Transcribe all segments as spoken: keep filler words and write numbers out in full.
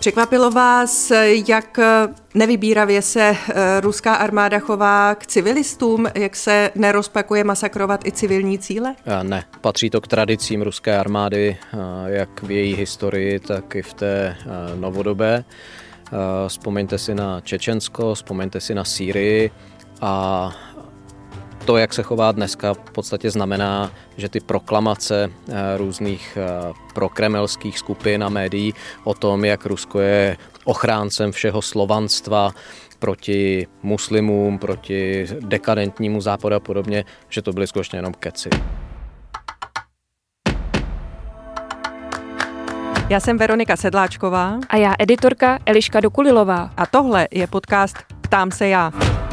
Překvapilo vás, jak nevybíravě se ruská armáda chová k civilistům, jak se nerozpakuje masakrovat i civilní cíle? Ne, patří to k tradicím ruské armády, jak v její historii, tak i v té novodobé. Vzpomeňte si na Čečensko, vzpomeňte si na Sýrii a to, jak se chová dneska, v podstatě znamená, že ty proklamace různých prokremelských skupin a médií o tom, jak Rusko je ochráncem všeho slovanstva proti muslimům, proti dekadentnímu západu a podobně, že to byly skutečně jenom keci. Já jsem Veronika Sedláčková. A já editorka Eliška Dokulilová. A tohle je podcast Ptám se já.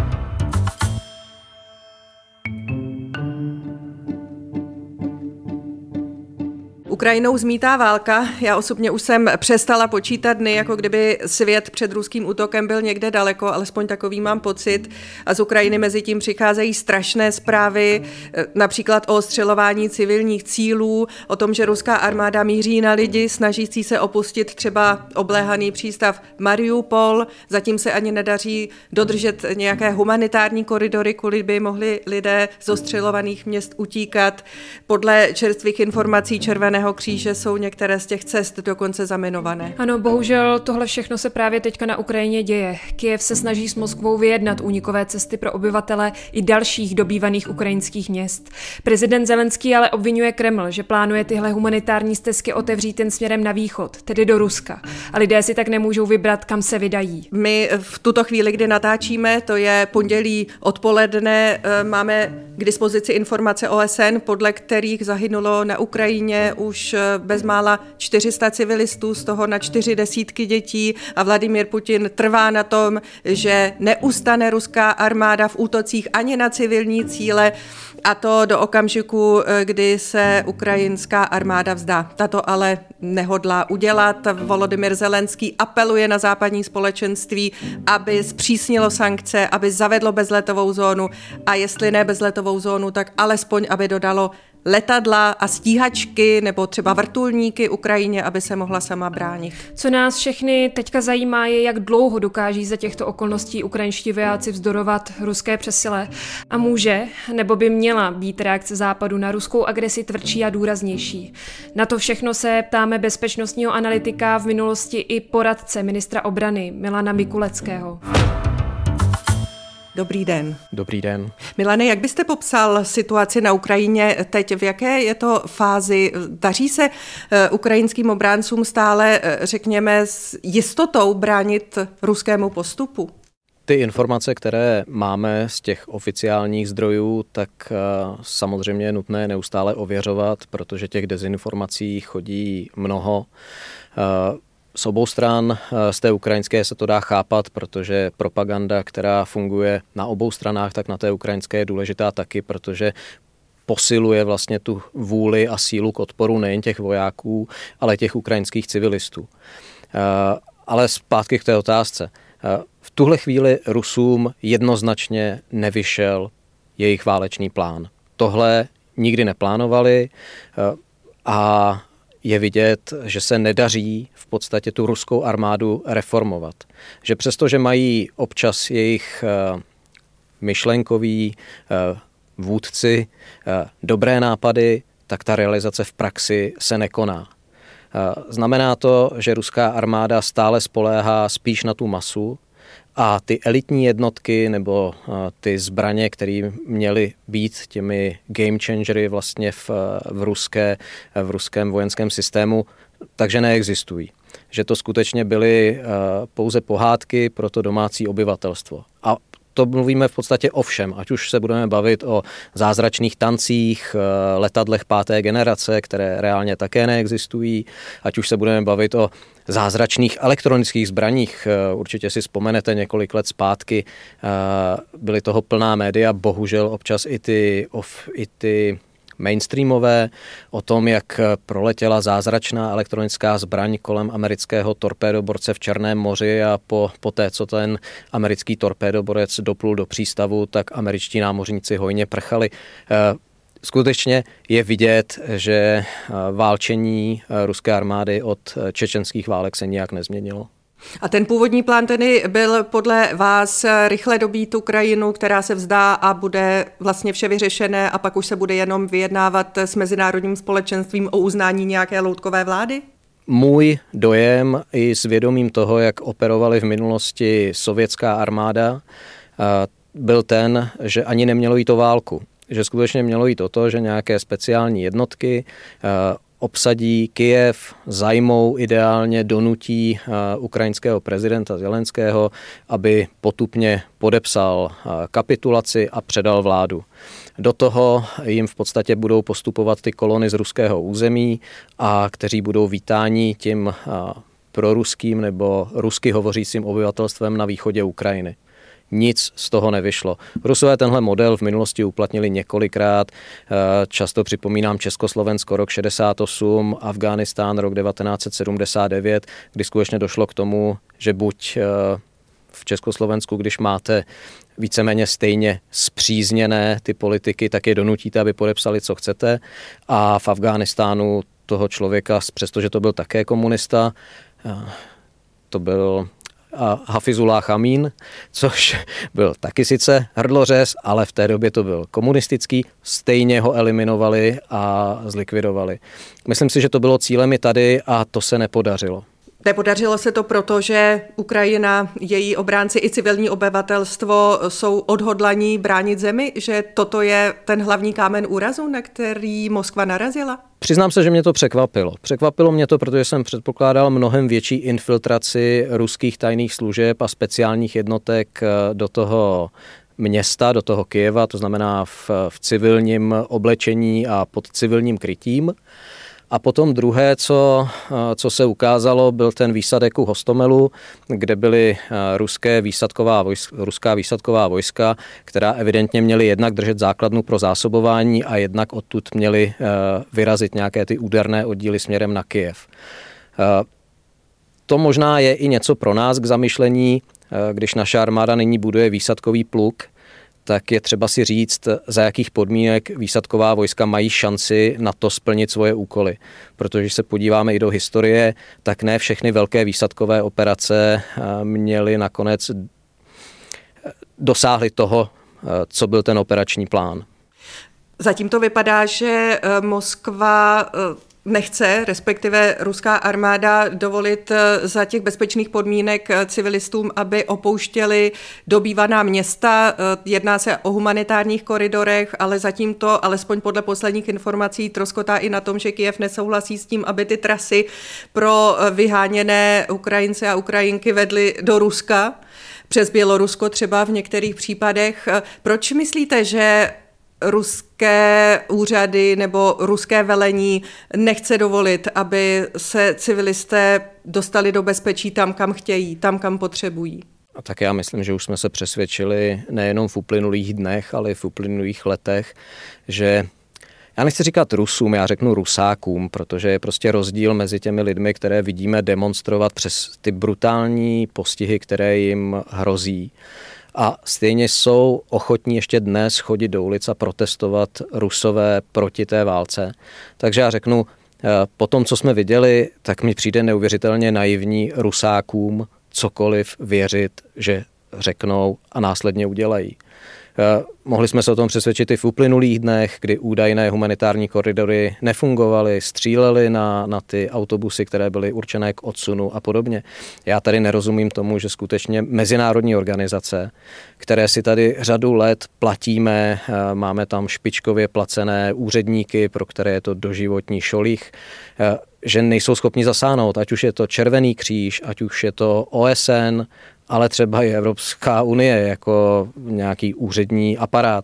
Ukrajinou zmítá válka. Já osobně už jsem přestala počítat dny, jako kdyby svět před ruským útokem byl někde daleko, alespoň takový mám pocit. A z Ukrajiny mezi tím přicházejí strašné zprávy, například o ostřelování civilních cílů, o tom, že ruská armáda míří na lidi, snažící se opustit třeba obléhaný přístav Mariupol. Zatím se ani nedaří dodržet nějaké humanitární koridory, kudy by mohli lidé z ostřelovaných měst utíkat. Podle čerstvých informací Červeného kříže jsou některé z těch cest dokonce zaminované. Ano, bohužel tohle všechno se právě teďka na Ukrajině děje. Kyjev se snaží s Moskvou vyjednat únikové cesty pro obyvatele i dalších dobývaných ukrajinských měst. Prezident Zelenský ale obvinuje Kreml, že plánuje tyhle humanitární stezky otevřít jen směrem na východ, tedy do Ruska. A lidé si tak nemůžou vybrat, kam se vydají. My v tuto chvíli, kdy natáčíme, to je pondělí odpoledne, máme k dispozici informace O S N, podle kterých zahynulo na Ukrajině už bezmála čtyři sta civilistů, z toho na čtyři desítky dětí a Vladimír Putin trvá na tom, že neustane ruská armáda v útocích ani na civilní cíle, a to do okamžiku, kdy se ukrajinská armáda vzdá. Tato ale nehodlá udělat. Volodymyr Zelenský apeluje na západní společenství, aby zpřísnilo sankce, aby zavedlo bezletovou zónu a jestli ne bezletovou zónu, tak alespoň, aby dodalo letadla a stíhačky nebo třeba vrtulníky Ukrajině, aby se mohla sama bránit. Co nás všechny teďka zajímá je, jak dlouho dokáží za těchto okolností ukrajinští vojáci vzdorovat ruské přesile a může, nebo by měla být reakce Západu na ruskou agresi tvrdší a důraznější. Na to všechno se ptáme bezpečnostního analytika, v minulosti i poradce ministra obrany Milana Mikuleckého. Dobrý den. Dobrý den. Milane, jak byste popsal situaci na Ukrajině teď? V jaké je to fázi? Daří se ukrajinským obráncům stále, řekněme, s jistotou bránit ruskému postupu? Ty informace, které máme z těch oficiálních zdrojů, tak samozřejmě je nutné neustále ověřovat, protože těch dezinformací chodí mnoho. Z obou stran, z té ukrajinské se to dá chápat, protože propaganda, která funguje na obou stranách, tak na té ukrajinské je důležitá taky, protože posiluje vlastně tu vůli a sílu k odporu nejen těch vojáků, ale těch ukrajinských civilistů. Ale zpátky k té otázce. V tuhle chvíli Rusům jednoznačně nevyšel jejich válečný plán. Tohle nikdy neplánovali a je vidět, že se nedaří v podstatě tu ruskou armádu reformovat. Že přestože mají občas jejich myšlenkoví vůdci dobré nápady, tak ta realizace v praxi se nekoná. Znamená to, že ruská armáda stále spoléhá spíš na tu masu a ty elitní jednotky nebo ty zbraně, které měly být těmi game changery vlastně v, v, ruské, v ruském vojenském systému, takže neexistují. Že to skutečně byly pouze pohádky pro to domácí obyvatelstvo. A to mluvíme v podstatě o všem, ať už se budeme bavit o zázračných tancích, letadlech páté generace, které reálně také neexistují, ať už se budeme bavit o zázračných elektronických zbraních. Určitě si vzpomenete několik let zpátky, byly toho plná média, bohužel občas i ty, i ty mainstreamové, o tom, jak proletěla zázračná elektronická zbraň kolem amerického torpédoborce v Černém moři a po, po té, co ten americký torpédoborec doplul do přístavu, tak američtí námořníci hojně prchali. Skutečně je vidět, že válčení ruské armády od čečenských válek se nijak nezměnilo. A ten původní plán tedy byl podle vás rychle dobít Ukrajinu, která se vzdá a bude vlastně vše vyřešené a pak už se bude jenom vyjednávat s mezinárodním společenstvím o uznání nějaké loutkové vlády? Můj dojem i s vědomím toho, jak operovaly v minulosti sovětská armáda, byl ten, že ani nemělo jít o válku. Že skutečně mělo jít o to, že nějaké speciální jednotky obsadí Kyjev, zajmou ideálně, donutí ukrajinského prezidenta Zelenského, aby potupně podepsal kapitulaci a předal vládu. Do toho jim v podstatě budou postupovat ty kolony z ruského území, a kteří budou vítáni tím proruským nebo rusky hovořícím obyvatelstvem na východě Ukrajiny. Nic z toho nevyšlo. Rusové tenhle model v minulosti uplatnili několikrát. Často připomínám Československo rok šedesát osm, Afghánistán rok devatenáct set sedmdesát devět, kdy skutečně došlo k tomu, že buď v Československu, když máte víceméně stejně spřízněné ty politiky, tak je donutíte, aby podepsali, co chcete. A v Afghánistánu toho člověka, přestože to byl také komunista, to byl Hafizullah Amín, což byl taky sice hrdlořez, ale v té době to byl komunistický, stejně ho eliminovali a zlikvidovali. Myslím si, že to bylo cílem i tady a to se nepodařilo. Nepodařilo se to proto, že Ukrajina, její obránci i civilní obyvatelstvo jsou odhodlaní bránit zemi, že toto je ten hlavní kámen úrazu, na který Moskva narazila? Přiznám se, že mě to překvapilo. Překvapilo mě to, protože jsem předpokládal mnohem větší infiltraci ruských tajných služeb a speciálních jednotek do toho města, do toho Kyjeva, to znamená v, v civilním oblečení a pod civilním krytím. A potom druhé, co, co se ukázalo, byl ten výsadek u Hostomelu, kde byly ruské výsadková vojska, ruská výsadková vojska, která evidentně měly jednak držet základnu pro zásobování a jednak odtud měly vyrazit nějaké ty úderné oddíly směrem na Kyjev. To možná je i něco pro nás k zamyšlení, když naše armáda nyní buduje výsadkový pluk, tak je třeba si říct, za jakých podmínek výsadková vojska mají šanci na to splnit svoje úkoly. Protože když se podíváme i do historie, tak ne všechny velké výsadkové operace měly nakonec dosáhly toho, co byl ten operační plán. Zatím to vypadá, že Moskva nechce, respektive ruská armáda, dovolit za těch bezpečných podmínek civilistům, aby opouštěli dobývaná města. Jedná se o humanitárních koridorech, ale zatím to, alespoň podle posledních informací, troskotá i na tom, že Kyjev nesouhlasí s tím, aby ty trasy pro vyháněné Ukrajince a Ukrajinky vedly do Ruska, přes Bělorusko třeba v některých případech. Proč myslíte, že ruské úřady nebo ruské velení nechce dovolit, aby se civilisté dostali do bezpečí tam, kam chtějí, tam, kam potřebují? A tak já myslím, že už jsme se přesvědčili nejenom v uplynulých dnech, ale i v uplynulých letech, že já nechci říkat Rusům, já řeknu Rusákům, protože je prostě rozdíl mezi těmi lidmi, které vidíme demonstrovat přes ty brutální postihy, které jim hrozí. A stejně jsou ochotní ještě dnes chodit do ulic a protestovat Rusové proti té válce. Takže já řeknu, po tom, co jsme viděli, tak mi přijde neuvěřitelně naivní Rusákům cokoliv věřit, že řeknou a následně udělají. Mohli jsme se o tom přesvědčit i v uplynulých dnech, kdy údajné humanitární koridory nefungovaly, střílely na, na ty autobusy, které byly určené k odsunu a podobně. Já tady nerozumím tomu, že skutečně mezinárodní organizace, které si tady řadu let platíme, máme tam špičkově placené úředníky, pro které je to doživotní šolích, že nejsou schopni zasáhnout, ať už je to Červený kříž, ať už je to O S N, ale třeba i Evropská unie jako nějaký úřední aparát.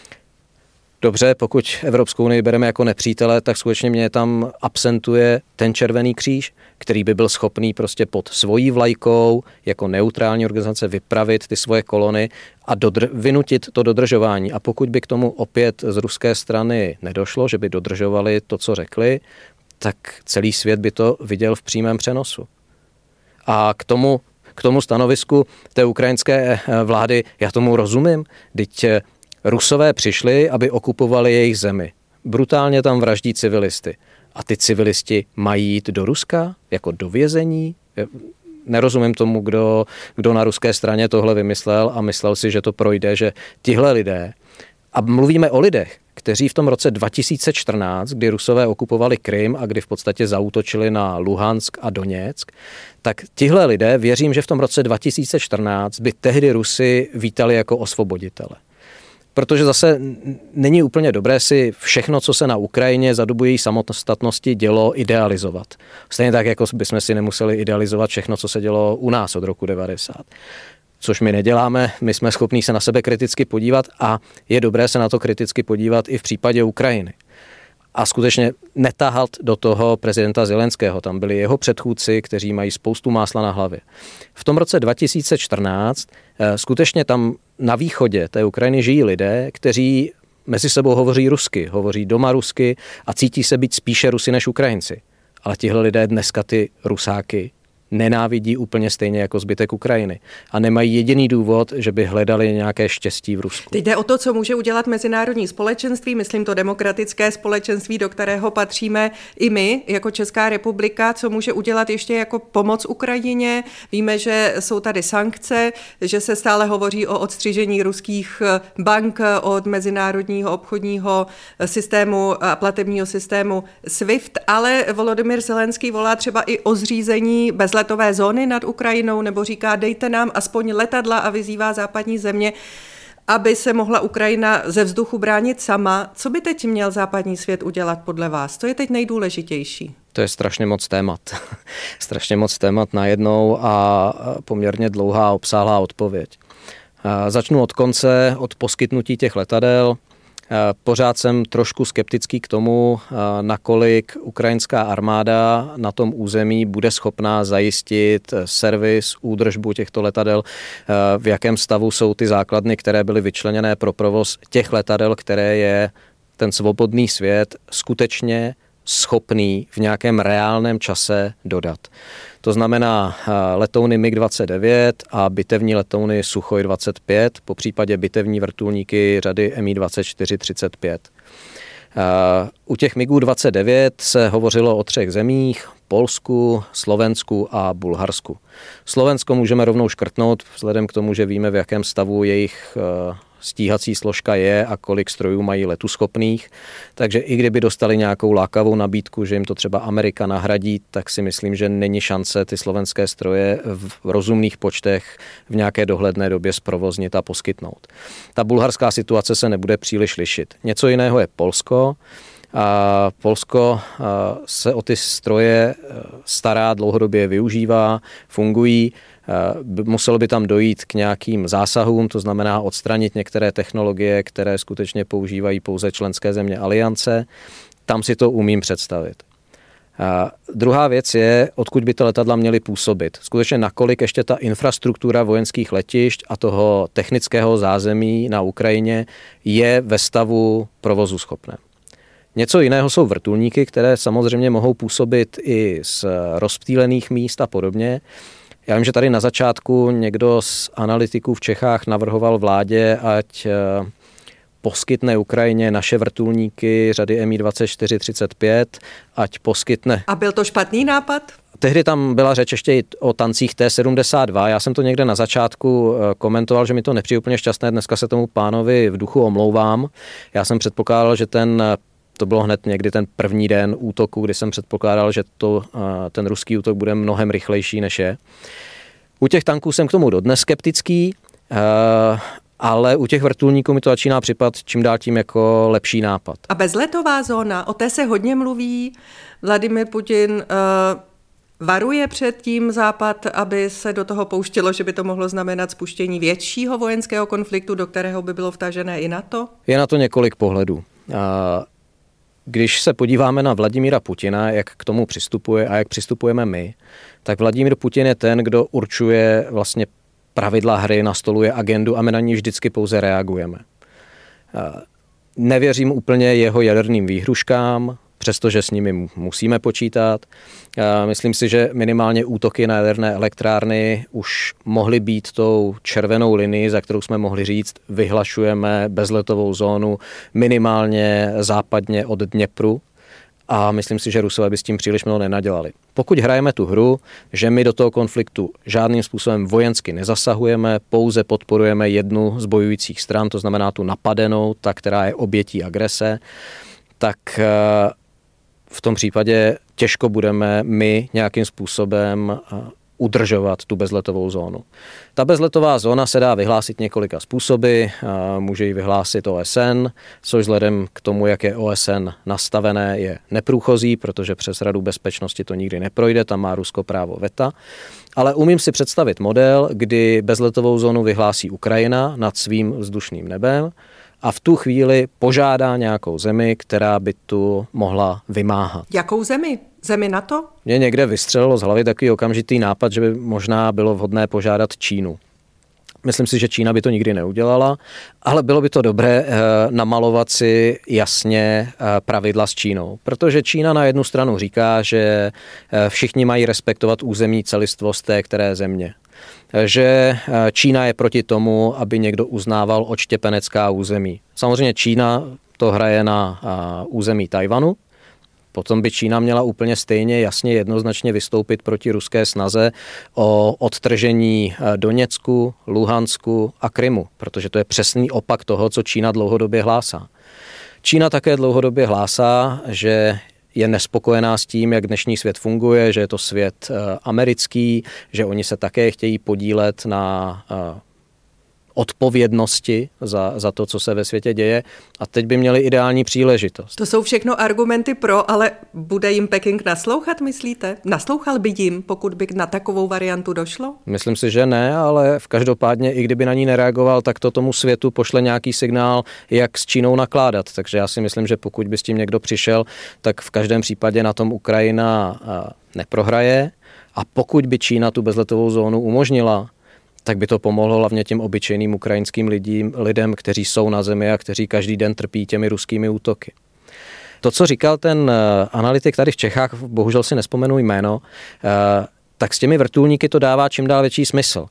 Dobře, pokud Evropskou unii bereme jako nepřítele, tak skutečně mě tam absentuje ten Červený kříž, který by byl schopný prostě pod svojí vlajkou jako neutrální organizace vypravit ty svoje kolony a dodr- vynutit to dodržování. A pokud by k tomu opět z ruské strany nedošlo, že by dodržovali to, co řekli, tak celý svět by to viděl v přímém přenosu. A k tomu K tomu stanovisku té ukrajinské vlády, já tomu rozumím, vždyť Rusové přišli, aby okupovali jejich zemi. Brutálně tam vraždí civilisty. A ty civilisti mají jít do Ruska? Jako do vězení? nerozumím tomu, kdo, kdo na ruské straně tohle vymyslel a myslel si, že to projde, že tihle lidé, a mluvíme o lidech, kteří v tom roce dva tisíce čtrnáct, kdy Rusové okupovali Krym a kdy v podstatě zaútočili na Luhansk a Doněck, tak tihle lidé, věřím, že v tom roce dva tisíce čtrnáct by tehdy Rusy vítali jako osvoboditele. Protože zase není úplně dobré si všechno, co se na Ukrajině za dobu její samostatnosti dělo, idealizovat. Stejně tak, jako bychom si nemuseli idealizovat všechno, co se dělo u nás od roku devadesát. Což my neděláme, my jsme schopní se na sebe kriticky podívat a je dobré se na to kriticky podívat i v případě Ukrajiny. A skutečně netahat do toho prezidenta Zelenského. Tam byli jeho předchůdci, kteří mají spoustu másla na hlavě. V tom roce dva tisíce čtrnáct skutečně tam na východě té Ukrajiny žijí lidé, kteří mezi sebou hovoří rusky, hovoří doma rusky a cítí se být spíše Rusy než Ukrajinci. Ale tihle lidé dneska ty Rusáky nenávidí úplně stejně jako zbytek Ukrajiny. A nemají jediný důvod, že by hledali nějaké štěstí v Rusku. Teď jde o to, co může udělat mezinárodní společenství, myslím to demokratické společenství, do kterého patříme i my, jako Česká republika, co může udělat ještě jako pomoc Ukrajině. Víme, že jsou tady sankce, že se stále hovoří o odstřižení ruských bank od mezinárodního obchodního systému a platebního systému SWIFT, ale Volodymyr Zelenský volá třeba i o zřízení bez letové zóny nad Ukrajinou, nebo říká, dejte nám aspoň letadla a vyzývá západní země, aby se mohla Ukrajina ze vzduchu bránit sama. Co by teď měl západní svět udělat podle vás? To je teď nejdůležitější. To je strašně moc témat. strašně moc témat najednou a poměrně dlouhá obsáhlá odpověď. Začnu od konce, od poskytnutí těch letadel. Pořád jsem trošku skeptický k tomu, nakolik ukrajinská armáda na tom území bude schopná zajistit servis, údržbu těchto letadel, v jakém stavu jsou ty základny, které byly vyčleněné pro provoz těch letadel, které je ten svobodný svět skutečně schopný v nějakém reálném čase dodat. To znamená letouny mig dvacet devět a bitevní letouny Suchoj dvacet pět, po případě bitevní vrtulníky řady M I dvacet čtyři třicet pět. U těch migů dvacet devět se hovořilo o třech zemích, Polsku, Slovensku a Bulharsku. Slovensko můžeme rovnou škrtnout, vzhledem k tomu, že víme, v jakém stavu jejich stíhací složka je a kolik strojů mají letuschopných. Takže i kdyby dostali nějakou lákavou nabídku, že jim to třeba Amerika nahradí, tak si myslím, že není šance ty slovenské stroje v rozumných počtech v nějaké dohledné době zprovoznit a poskytnout. Ta bulharská situace se nebude příliš lišit. Něco jiného je Polsko. A Polsko se o ty stroje stará, dlouhodobě využívá, fungují. Muselo by tam dojít k nějakým zásahům, to znamená odstranit některé technologie, které skutečně používají pouze členské země aliance. Tam si to umím představit. A druhá věc je, odkud by ty letadla měly působit. Skutečně nakolik ještě ta infrastruktura vojenských letišť a toho technického zázemí na Ukrajině je ve stavu provozu schopné. Něco jiného jsou vrtulníky, které samozřejmě mohou působit i z rozptýlených míst a podobně. Já vím, že tady na začátku někdo z analytiků v Čechách navrhoval vládě, ať poskytne Ukrajině naše vrtulníky řady M I dvacet čtyři třicet pět, ať poskytne... A byl to špatný nápad? Tehdy tam byla řeč ještě i o tancích T sedmdesát dva. Já jsem to někde na začátku komentoval, že mi to nepřijde úplně šťastné. Dneska se tomu pánovi v duchu omlouvám. Já jsem předpokládal, že ten... To bylo hned někdy ten první den útoku, kdy jsem předpokládal, že to, ten ruský útok bude mnohem rychlejší, než je. U těch tanků jsem k tomu dodnes skeptický, ale u těch vrtulníků mi to začíná připadat čím dál tím jako lepší nápad. A bezletová zóna, o té se hodně mluví. Vladimir Putin uh, varuje před tím Západ, aby se do toho pouštělo, že by to mohlo znamenat spuštění většího vojenského konfliktu, do kterého by bylo vtažené i NATO? Je na to několik pohledů. Uh, Když se podíváme na Vladimíra Putina, jak k tomu přistupuje a jak přistupujeme my, tak Vladimír Putin je ten, kdo určuje vlastně pravidla hry, nastoluje agendu a my na ní vždycky pouze reagujeme. Nevěřím úplně jeho jaderným výhruškám, přestože s nimi musíme počítat. Myslím si, že minimálně útoky na jaderné elektrárny už mohly být tou červenou linii, za kterou jsme mohli říct, vyhlašujeme bezletovou zónu minimálně západně od Dněpru. a myslím si, že Rusové by s tím příliš mnoho nenadělali. Pokud hrajeme tu hru, že my do toho konfliktu žádným způsobem vojensky nezasahujeme, pouze podporujeme jednu z bojujících stran, to znamená tu napadenou, ta, která je obětí agrese, tak v tom případě těžko budeme my nějakým způsobem udržovat tu bezletovou zónu. Ta bezletová zóna se dá vyhlásit několika způsoby. Může ji vyhlásit O S N, což vzhledem k tomu, jak je O S N nastavené, je neprůchozí, protože přes Radu bezpečnosti to nikdy neprojde, tam má Rusko právo veta. Ale umím si představit model, kdy bezletovou zónu vyhlásí Ukrajina nad svým vzdušným nebem a v tu chvíli požádá nějakou zemi, která by tu mohla vymáhat. Jakou zemi? Zemi NATO? Mě někde vystřelilo z hlavy takový okamžitý nápad, že by možná bylo vhodné požádat Čínu. Myslím si, že Čína by to nikdy neudělala, ale bylo by to dobré eh, namalovat si jasně eh, pravidla s Čínou, protože Čína na jednu stranu říká, že eh, všichni mají respektovat územní celistvost té které země. Že Čína je proti tomu, aby někdo uznával odštěpenecká území. Samozřejmě Čína to hraje na území Tajvanu, potom by Čína měla úplně stejně jasně jednoznačně vystoupit proti ruské snaze o odtržení Doněcku, Luhansku a Krymu, protože to je přesný opak toho, co Čína dlouhodobě hlásá. Čína také dlouhodobě hlásá, že je nespokojená s tím, jak dnešní svět funguje, že je to svět americký, že oni se také chtějí podílet na odpovědnosti za, za to, co se ve světě děje a teď by měli ideální příležitost. To jsou všechno argumenty pro, ale bude jim Peking naslouchat, myslíte? Naslouchal by jim, pokud by na takovou variantu došlo? Myslím si, že ne, ale v každopádně, i kdyby na ní nereagoval, tak to tomu světu pošle nějaký signál, jak s Čínou nakládat. Takže já si myslím, že pokud by s tím někdo přišel, tak v každém případě na tom Ukrajina neprohraje a pokud by Čína tu bezletovou zónu umožnila, tak by to pomohlo hlavně těm obyčejným ukrajinským lidím, lidem, kteří jsou na zemi a kteří každý den trpí těmi ruskými útoky. To, co říkal ten analytik tady v Čechách, bohužel si nespomenu jméno, tak s těmi vrtulníky to dává čím dál větší smysl.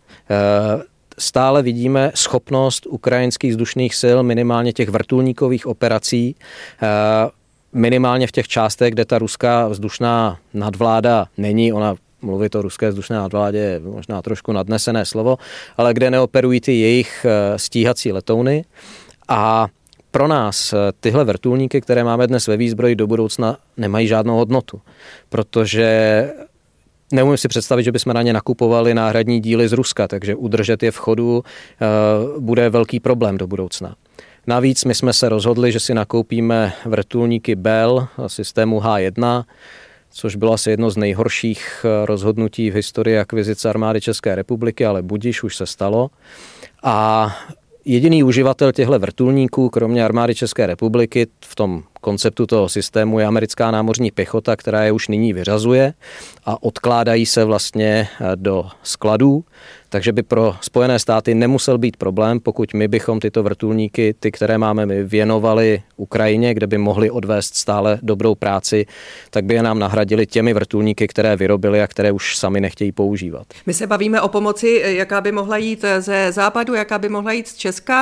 Stále vidíme schopnost ukrajinských vzdušných sil, minimálně těch vrtulníkových operací, minimálně v těch částech, kde ta ruská vzdušná nadvláda není, ona mluvit o ruské vzdušné nadvládě je možná trošku nadnesené slovo, ale kde neoperují ty jejich stíhací letouny. A pro nás tyhle vrtulníky, které máme dnes ve výzbroji do budoucna, nemají žádnou hodnotu, protože neumím si představit, že bychom na ně nakupovali náhradní díly z Ruska, takže udržet je v chodu bude velký problém do budoucna. Navíc my jsme se rozhodli, že si nakoupíme vrtulníky Bell systému H jedna, což bylo asi jedno z nejhorších rozhodnutí v historii akvizice armády České republiky, ale budiž, už se stalo. A jediný uživatel těchto vrtulníků, kromě armády České republiky, v tom konceptu toho systému je americká námořní pěchota, která je už nyní vyřazuje a odkládají se vlastně do skladů, takže by pro Spojené státy nemusel být problém, pokud my bychom tyto vrtulníky, ty, které máme my, věnovali Ukrajině, kde by mohli odvést stále dobrou práci, tak by je nám nahradili těmi vrtulníky, které vyrobili a které už sami nechtějí používat. My se bavíme o pomoci, jaká by mohla jít ze západu, jaká by mohla jít z Česka.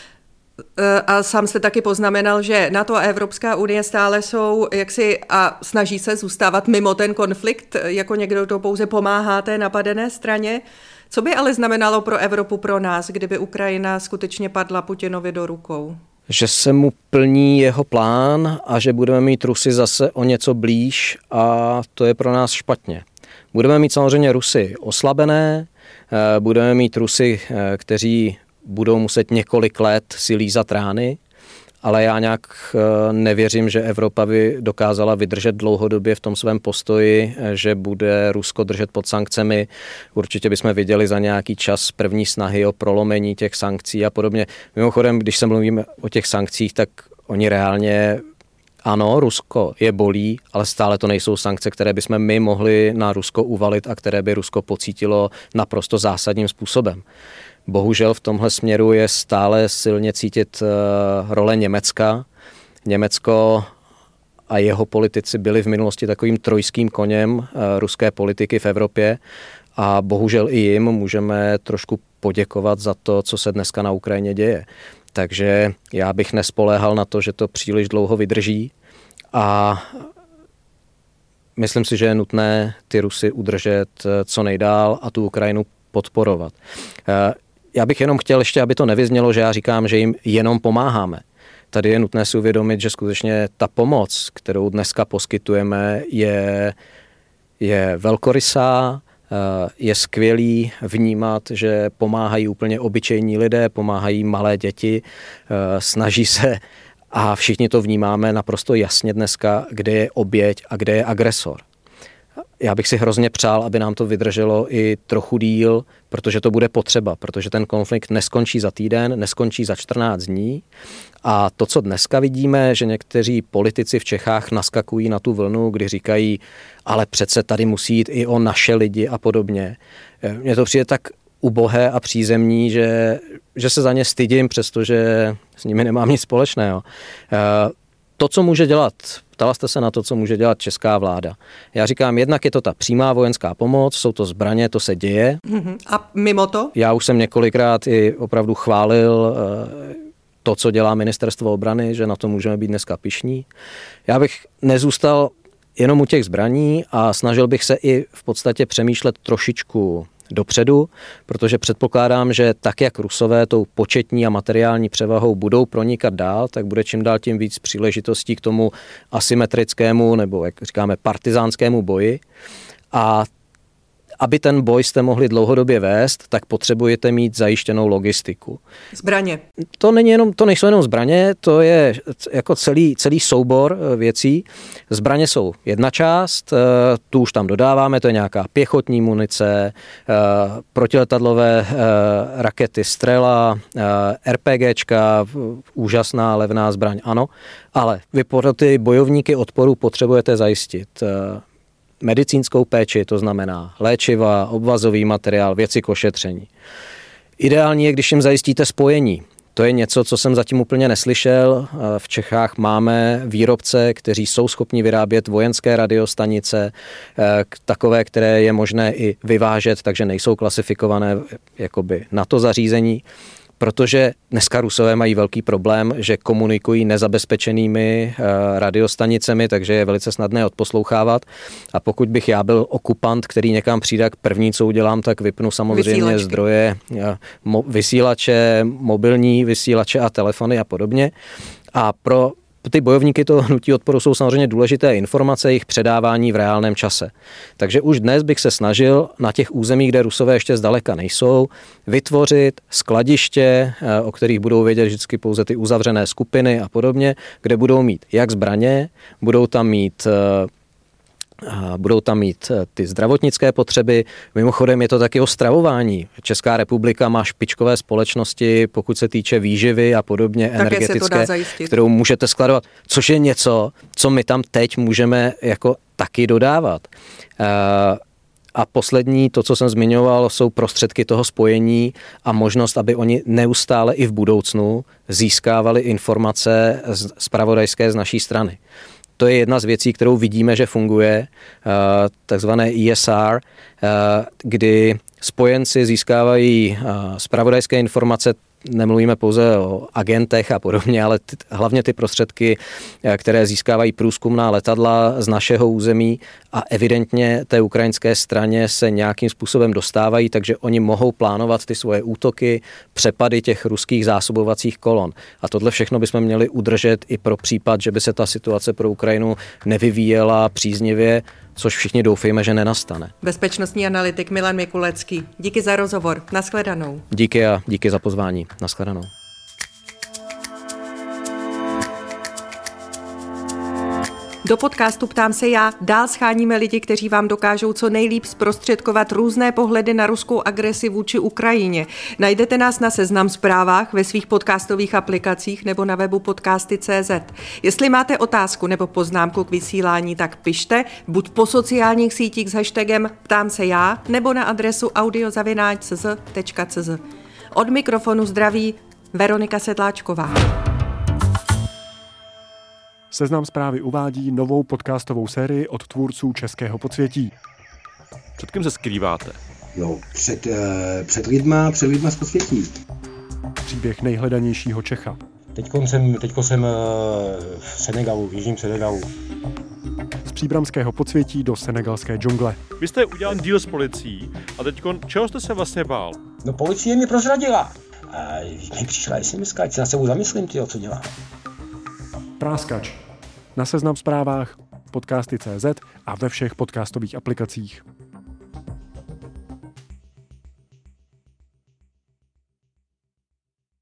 A sám jste taky poznamenal, že NATO a Evropská unie stále jsou jaksi a snaží se zůstávat mimo ten konflikt, jako někdo to pouze pomáhá té napadené straně. Co by ale znamenalo pro Evropu, pro nás, kdyby Ukrajina skutečně padla Putinovi do rukou? Že se mu plní jeho plán a že budeme mít Rusy zase o něco blíž a to je pro nás špatně. Budeme mít samozřejmě Rusy oslabené, budeme mít Rusy, kteří budou muset několik let si lízat rány, ale já nějak nevěřím, že Evropa by dokázala vydržet dlouhodobě v tom svém postoji, že bude Rusko držet pod sankcemi. Určitě bychom viděli za nějaký čas první snahy o prolomení těch sankcí a podobně. Mimochodem, když se mluvíme o těch sankcích, tak oni reálně, ano, Rusko je bolí, ale stále to nejsou sankce, které bychom my mohli na Rusko uvalit a které by Rusko pocítilo naprosto zásadním způsobem. Bohužel v tomhle směru je stále silně cítit role Německa. Německo a jeho politici byli v minulosti takovým trojským koněm ruské politiky v Evropě a bohužel i jim můžeme trošku poděkovat za to, co se dneska na Ukrajině děje. Takže já bych nespoléhal na to, že to příliš dlouho vydrží a myslím si, že je nutné ty Rusy udržet co nejdál a tu Ukrajinu podporovat. Já bych jenom chtěl ještě, aby to nevyznělo, že já říkám, že jim jenom pomáháme. Tady je nutné si uvědomit, že skutečně ta pomoc, kterou dneska poskytujeme, je, je velkorysá, je skvělý vnímat, že pomáhají úplně obyčejní lidé, pomáhají malé děti, snaží se a všichni to vnímáme naprosto jasně dneska, kde je oběť a kde je agresor. Já bych si hrozně přál, aby nám to vydrželo i trochu díl, protože to bude potřeba, protože ten konflikt neskončí za týden, neskončí za čtrnáct dní. A to, co dneska vidíme, že někteří politici v Čechách naskakují na tu vlnu, kdy říkají, ale přece tady musí jít i o naše lidi a podobně. Mně to přijde tak ubohé a přízemní, že, že se za ně stydím, přestože s nimi nemám nic společného. To, co může dělat, ptala jste se na to, co může dělat česká vláda. Já říkám, jednak je to ta přímá vojenská pomoc, jsou to zbraně, to se děje. A mimo to? Já už jsem několikrát i opravdu chválil to, co dělá ministerstvo obrany, že na to můžeme být dneska pyšní. Já bych nezůstal jenom u těch zbraní a snažil bych se i v podstatě přemýšlet trošičku dopředu, protože předpokládám, že tak, jak Rusové tou početní a materiální převahou budou pronikat dál, tak bude čím dál tím víc příležitostí k tomu asymetrickému nebo, jak říkáme, partizánskému boji. A aby ten boj jste mohli dlouhodobě vést, tak potřebujete mít zajištěnou logistiku. Zbraně. To není jenom, to nejsou jenom zbraně, to je jako celý, celý soubor věcí. Zbraně jsou jedna část, tu už tam dodáváme, to je nějaká pěchotní munice, protiletadlové rakety Strela, RPGčka, úžasná levná zbraň, ano, ale vy pro ty bojovníky odporu potřebujete zajistit medicínskou péči, to znamená léčiva, obvazový materiál, věci k ošetření. Ideální je, když jim zajistíte spojení. To je něco, co jsem zatím úplně neslyšel. V Čechách máme výrobce, kteří jsou schopni vyrábět vojenské radiostanice, takové, které je možné i vyvážet, takže nejsou klasifikované jakoby na to zařízení. Protože dneska Rusové mají velký problém, že komunikují nezabezpečenými radiostanicemi, takže je velice snadné odposlouchávat. A pokud bych já byl okupant, který někam přijde, první, co udělám, tak vypnu samozřejmě Vysílačky. zdroje, vysílače, mobilní vysílače a telefony a podobně. A pro ty bojovníky toho hnutí odporu jsou samozřejmě důležité informace, jejich předávání v reálném čase. Takže už dnes bych se snažil na těch územích, kde Rusové ještě zdaleka nejsou, vytvořit skladiště, o kterých budou vědět vždycky pouze ty uzavřené skupiny a podobně, kde budou mít jak zbraně, budou tam mít Budou tam mít ty zdravotnické potřeby. Mimochodem je to taky o stravování. Česká republika má špičkové společnosti, pokud se týče výživy a podobně, tak energetické, kterou můžete skladovat, což je něco, co my tam teď můžeme jako taky dodávat. A poslední, to, co jsem zmiňoval, jsou prostředky toho spojení a možnost, aby oni neustále i v budoucnu získávali informace zpravodajské z naší strany. To je jedna z věcí, kterou vidíme, že funguje, takzvané E S R, kdy spojenci získávají zpravodajské informace, nemluvíme pouze o agentech a podobně, ale ty, hlavně ty prostředky, které získávají průzkumná letadla z našeho území a evidentně té ukrajinské straně se nějakým způsobem dostávají, takže oni mohou plánovat ty svoje útoky, přepady těch ruských zásobovacích kolon. A tohle všechno bychom měli udržet i pro případ, že by se ta situace pro Ukrajinu nevyvíjela příznivě, což všichni doufejme, že nenastane. Bezpečnostní analytik Milan Mikulecký. Díky za rozhovor. Naschledanou. Díky a díky za pozvání. Naschledanou. Do podcastu Ptám se já dál scháníme lidi, kteří vám dokážou co nejlíp zprostředkovat různé pohledy na ruskou agresi vůči Ukrajině. Najdete nás na Seznam Zprávách, ve svých podcastových aplikacích nebo na webu podcasty tečka cé zet. Jestli máte otázku nebo poznámku k vysílání, tak pište buď po sociálních sítích s hashtagem Ptám se já nebo na adresu audio zavináč c z tečka c z. Od mikrofonu zdraví Veronika Sedláčková. Seznam Zprávy uvádí novou podcastovou sérii od tvůrců Českého podsvětí. Před kým se skrýváte? No, před, uh, před lidma, před lidma z podsvětí. Příběh nejhledanějšího Čecha. Teďko jsem, teďko jsem uh, v Senegalu, v jižním Senegalu. příbramského podsvětí do senegalské džungle. Vy jste udělal díl s policií a teď čeho jste se vlastně bál? No policie mi prozradila. A mi přišla es em eska, ať se na sebou zamyslím, tyjo, co dělám. Práskač. Na Seznam Zprávách, podcasty tečka cé zet a ve všech podcastových aplikacích.